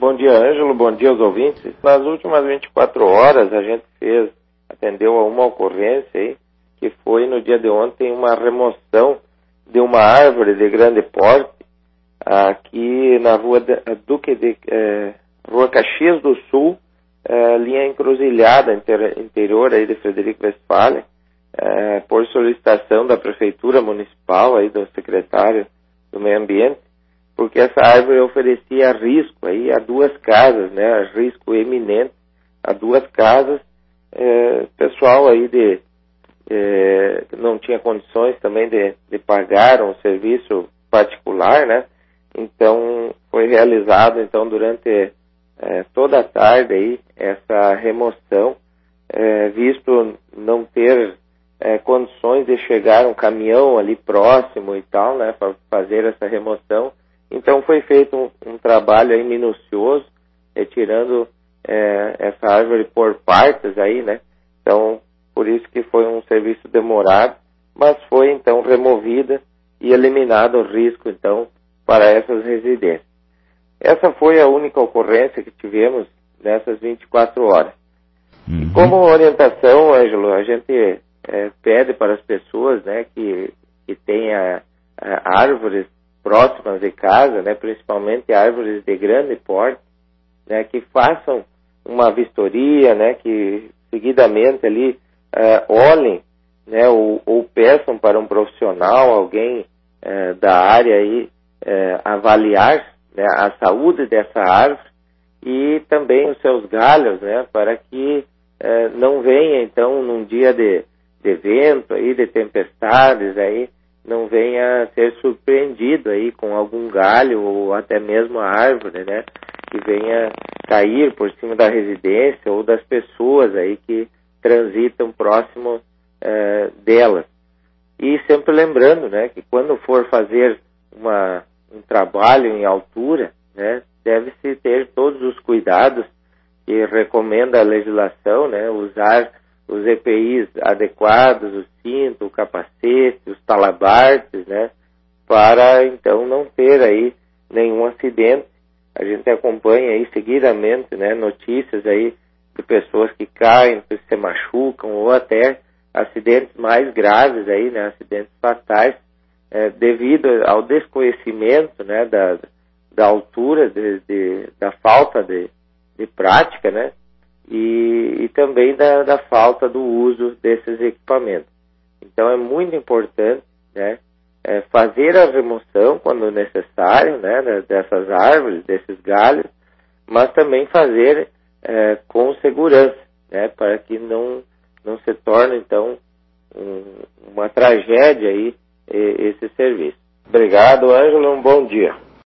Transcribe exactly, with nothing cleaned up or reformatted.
Bom dia, Ângelo. Bom dia aos ouvintes. Nas últimas vinte e quatro horas, a gente fez, atendeu a uma ocorrência aí, que foi no dia de ontem uma remoção de uma árvore de grande porte aqui na rua de, Duque de eh, Rua Caxias do Sul, eh, linha encruzilhada inter, interior aí de Frederico Westphalen, eh, por solicitação da Prefeitura Municipal, aí do secretário do Meio Ambiente, porque essa árvore oferecia risco aí a duas casas, né, risco eminente a duas casas, é, pessoal aí de é, não tinha condições também de, de pagar um serviço particular, né, então foi realizado então durante é, toda a tarde aí essa remoção, é, visto não ter é, condições de chegar um caminhão ali próximo e tal, né, para fazer essa remoção. Então foi feito um, um trabalho aí minucioso, retirando é, essa árvore por partes aí, né? Então, por isso que foi um serviço demorado, mas foi então removida e eliminado o risco, então, para essas residências. Essa foi a única ocorrência que tivemos nessas vinte e quatro horas. Uhum. E como orientação, Ângelo, a gente é, pede para as pessoas, né, que, que tenha a, árvores próximas de casa, né, principalmente árvores de grande porte, né, que façam uma vistoria, né, que seguidamente ali uh, olhem, né, ou, ou peçam para um profissional, alguém uh, da área aí, uh, avaliar, né, a saúde dessa árvore e também os seus galhos, né, para que uh, não venha então num dia de, de vento aí, de tempestades aí, não venha ser surpreendido aí com algum galho ou até mesmo a árvore, né, que venha cair por cima da residência ou das pessoas aí que transitam próximo eh, delas. E sempre lembrando, né, que quando for fazer uma, um trabalho em altura, né, deve-se ter todos os cuidados que recomenda a legislação, né, usar os E P Is adequados, o cinto, o capacete, os talabartes, né, para então não ter aí nenhum acidente. A gente acompanha aí seguidamente, né, notícias aí de pessoas que caem, que se machucam ou até acidentes mais graves aí, né, acidentes fatais, é, devido ao desconhecimento, né, da, da altura, de, de, da falta de, de prática, né, E, e também da, da falta do uso desses equipamentos. Então é muito importante, né, é, fazer a remoção quando necessário, né, dessas árvores, desses galhos, mas também fazer é, com segurança, né, para que não, não se torne então um, uma tragédia aí esse serviço. Obrigado, Ângelo, um bom dia.